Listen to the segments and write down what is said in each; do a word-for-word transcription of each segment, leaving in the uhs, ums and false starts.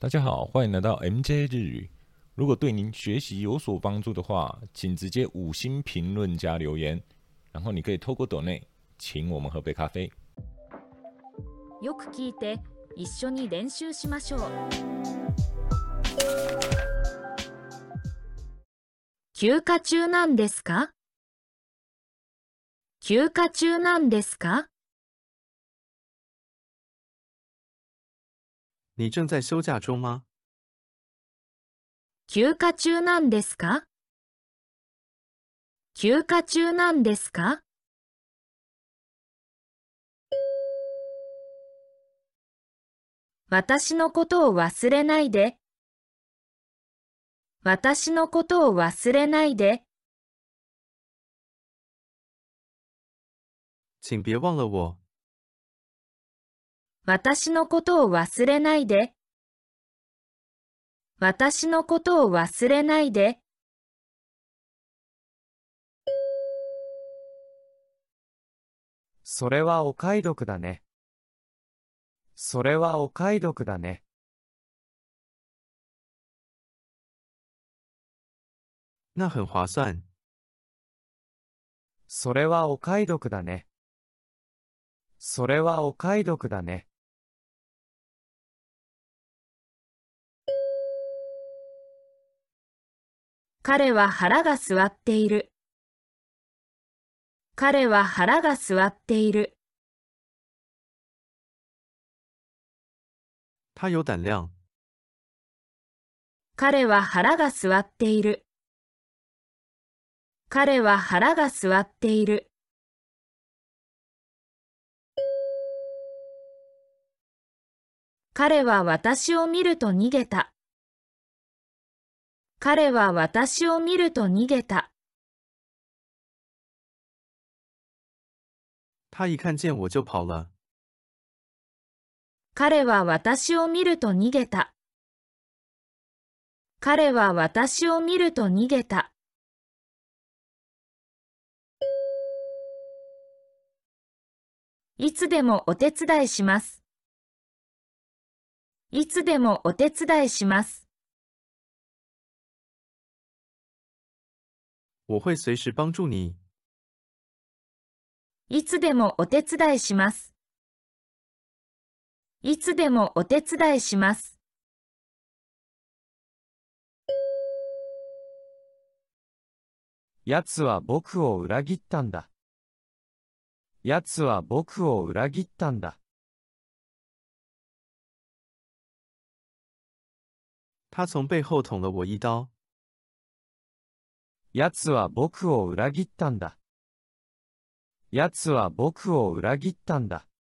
大家好，欢迎来到 M J 日语。如果对您学习有所帮助的话，请直接五星评论加留言，然后你可以透过抖内请我们喝杯咖啡。 よく聞いて、一緒に練習しましょう。休暇中なんですか？休暇中なんですか？ 你正在休假中吗？ 休暇中なんですか？休暇中なんですか？私のことを忘れないで。私のことを忘れないで。 请别忘了我。 私のことを忘れないで。私のことを忘れないで。 それはお買い得だね。それはお買い得だね。 那很划算。 それはお買い得だね。それはお買い得だね。 彼は腹が据わっている。彼は腹が据わっている。 他有胆量。 彼は腹が据わっている。彼は腹が据わっている。彼は私を見ると逃げた。彼は私を見ると逃げた。 他一看见我就跑了。 彼は私を見ると逃げた。彼は私を見ると逃げた。いつでもお手伝いします。いつでもお手伝いします。 我会随时帮助你。 いつでもお手伝いします。いつでもお手伝いします。 奴は僕を裏切ったんだ。奴は僕を裏切ったんだ。 他从背后捅了我一刀。 奴は僕を裏切ったんだ。奴は僕を裏切ったんだ。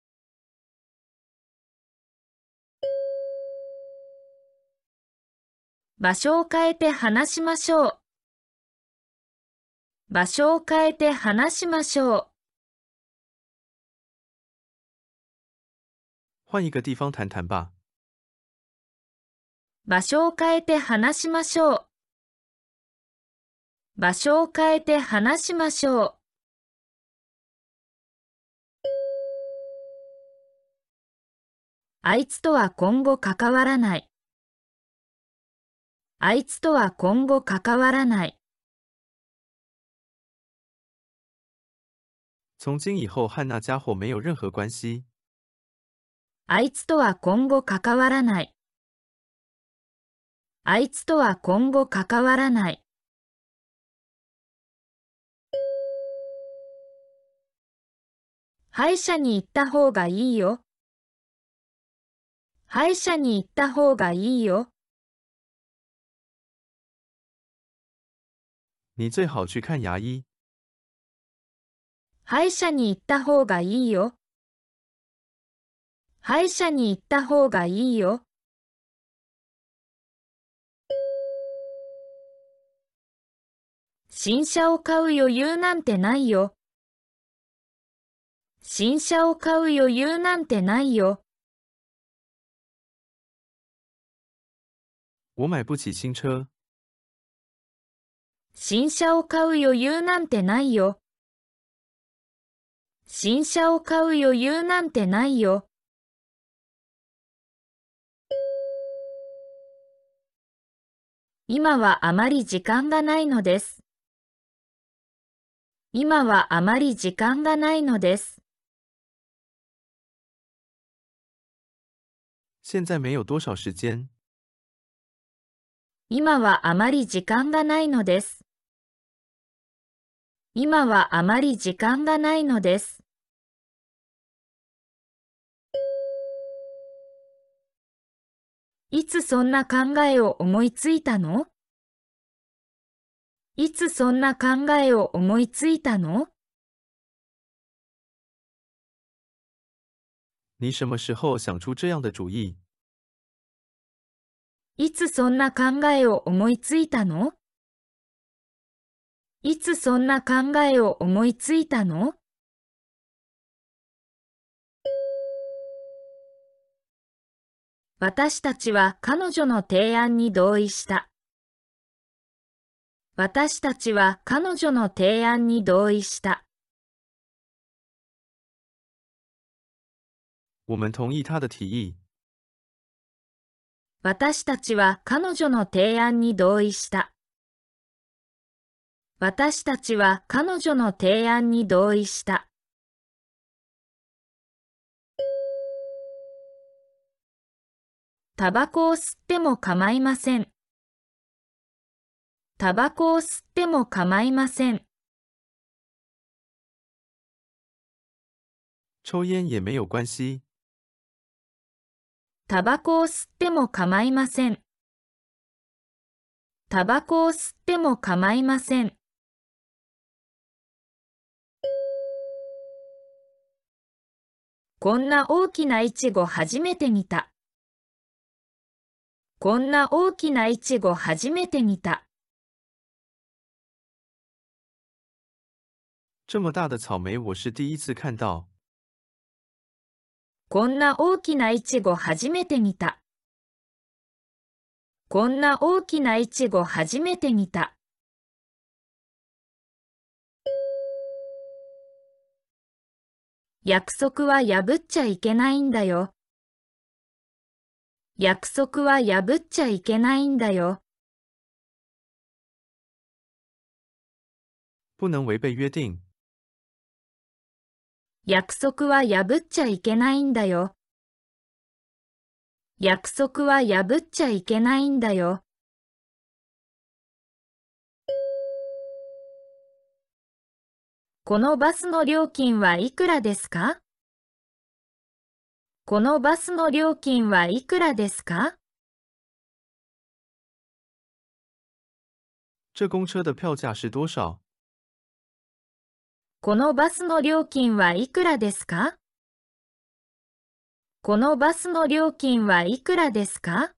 場所を変えて話しましょう。場所を変えて話しましょう。 换一个地方谈谈吧。 場所を変えて話しましょう。場所を変えて話しましょう。あいつとは今後関わらない。あいつとは今後関わらない。 从今以后和那家伙没有任何关系。 あいつとは今後関わらない。あいつとは今後関わらない。歯医者に行った方がいいよ。歯医者に行った方がいいよ。 你最好去看牙医。 歯医者に行った方がいいよ。歯医者に行った方がいいよ。新車を買う余裕なんてないよ。新車を買う余裕なんてないよ。 我买不起新车。 新車を買う余裕なんてないよ。新車を買う余裕なんてないよ。 今はあまり時間がないのです。今はあまり時間がないのです。 现在没有多少时间。 今はあまり時間がないのです。今はあまり時間がないのです。いつそんな考えを思いついたの？いつそんな考えを思いついたの？ 你什么时候想出这样的主意？ いつそんな考えを思いついたの？いつそんな考えを思いついたの？私たちは彼女の提案に同意した。私たちは彼女の提案に同意した。 我们同意他的提议。 私たちは彼女の提案に同意した。私たちは彼女の提案に同意した。タバコを吸っても構いません。タバコを吸っても構いません。 抽烟也没有关系。 タバコを吸っても構いません。タバコを吸っても構いません。こんな大きなイチゴ初めて見た。こんな大きなイチゴ初めて見た。 这么大的草莓我是第一次看到。 こんな大きなイチゴ初めて見た。こんな大きなイチゴ初めて見た。約束は破っちゃいけないんだよ。約束は破っちゃいけないんだよ。 不能违背约定。 約束は破っちゃいけないんだよ。約束は破っちゃいけないんだよ。このバスの料金はいくらですか？このバスの料金はいくらですか？ 这公车的票价是多少？ このバスの料金はいくらですか？このバスの料金はいくらですか？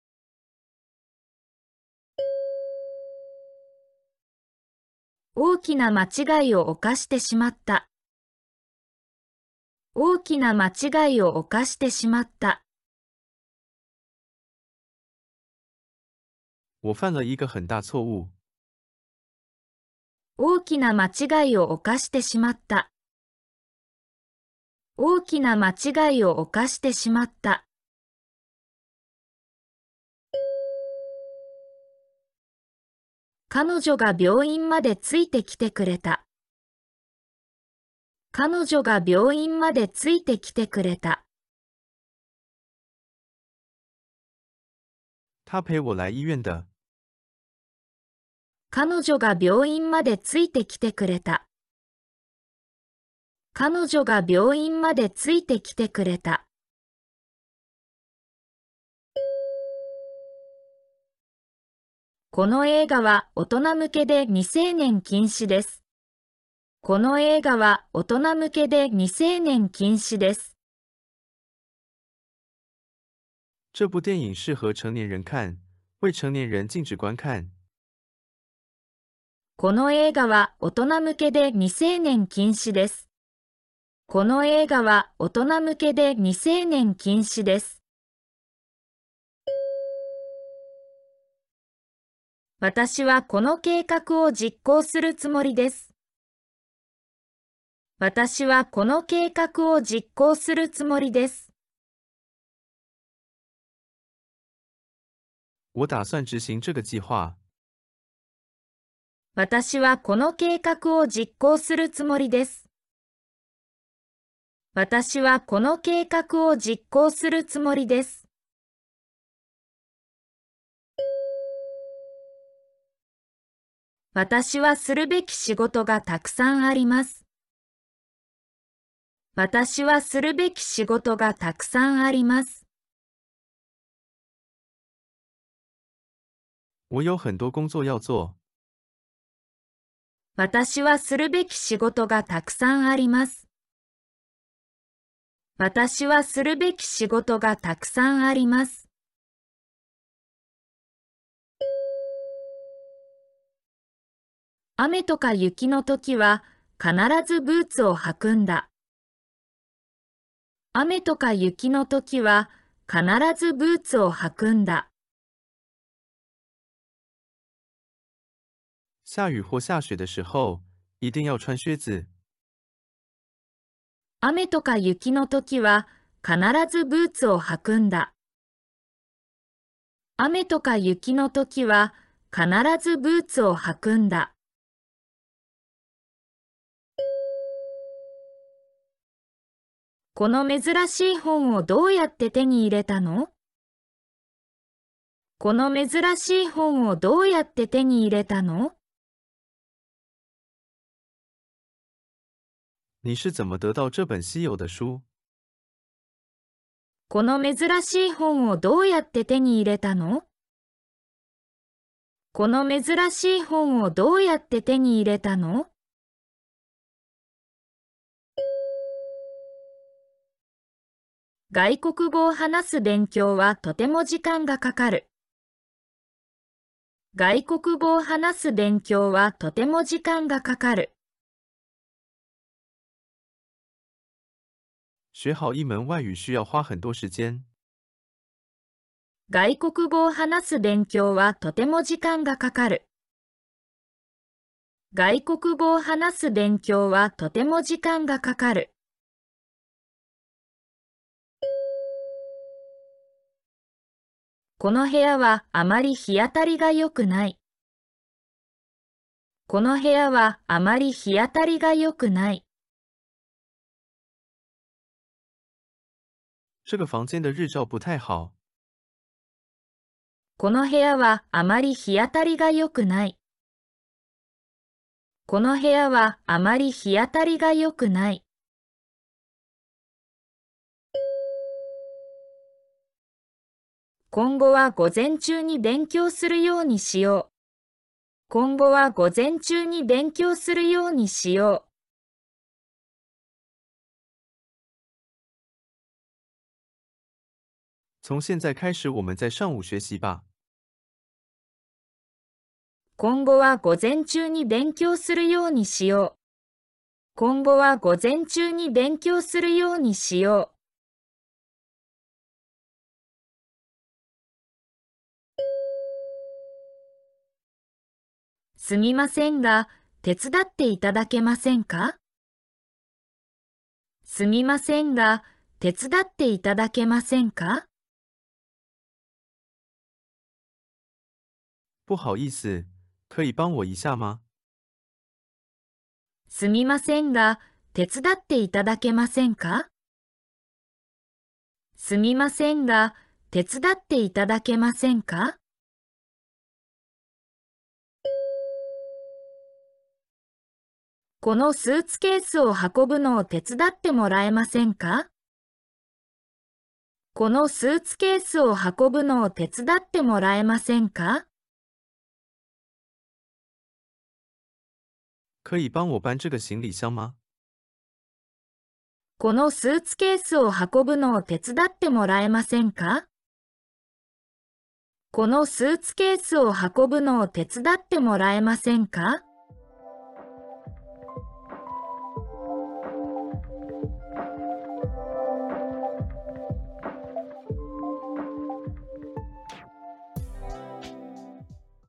大きな間違いを犯してしまった。大きな間違いを犯してしまった。 我犯了一个很大错误。 大きな間違いを犯してしまった。大きな間違いを犯してしまった。彼女が病院までついてきてくれた。彼女が病院までついてきてくれた。 他陪我来医院的。 彼女が病院までついてきてくれた。彼女が病院までついてきてくれた。この映画は大人向けで未成年禁止です。この映画は大人向けで未成年禁止です。 这部电影适合成年人看，未成年人禁止观看。 この映画は大人向けで未成年禁止です。この映画は大人向けで未成年禁止です。私はこの計画を実行するつもりです。私はこの計画を実行するつもりです。 我打算执行这个计划。 私はこの計画を実行するつもりです。私はこの計画を実行するつもりです。私はするべき仕事がたくさんあります。私はするべき仕事がたくさんあります。 我有很多工作要做。 私はするべき仕事がたくさんあります。私はするべき仕事がたくさんあります。雨とか雪の時は必ずブーツを履くんだ。雨とか雪の時は必ずブーツを履くんだ。 下雨或下雪的时候，一定要穿靴子。 雨とか雪の時は必ずブーツを履くんだ。雨とか雪の時は必ずブーツを履くんだ。この珍しい本をどうやって手に入れたの？この珍しい本をどうやって手に入れたの？ 你是怎么得到这本稀有的书？ この珍しい本をどうやって手に入れたの？この珍しい本をどうやって手に入れたの？外国語を話す勉強はとても時間がかかる。外国語を話す勉強はとても時間がかかる。 学好一门外语需要花很多时间。 外国語を話す勉強はとても時間がかかる。外国語を話す勉強はとても時間がかかる。この部屋はあまり日当たりが良くない。この部屋はあまり日当たりが良くない。 这个房间的日照不太好。 この部屋はあまり日当たりが良くない。この部屋はあまり日当たりが良くない。今後は午前中に勉強するようにしよう。今後は午前中に勉強するようにしよう。 从现在开始，我们在上午学习吧。 今後は午前中に勉強するようにしよう。今後は午前中に勉強するようにしよう。すみませんが、手伝っていただけませんか？すみませんが、手伝っていただけませんか？ 不好意思，可以帮我一下吗？ すみませんが、手伝っていただけませんか？すみませんが、手伝っていただけませんか？このスーツケースを運ぶのを手伝ってもらえませんか？このスーツケースを運ぶのを手伝ってもらえませんか？ 可以帮我搬这个行李箱吗？ このスーツケースを運ぶのを手伝ってもらえませんか？このスーツケースを運ぶのを手伝ってもらえませんか？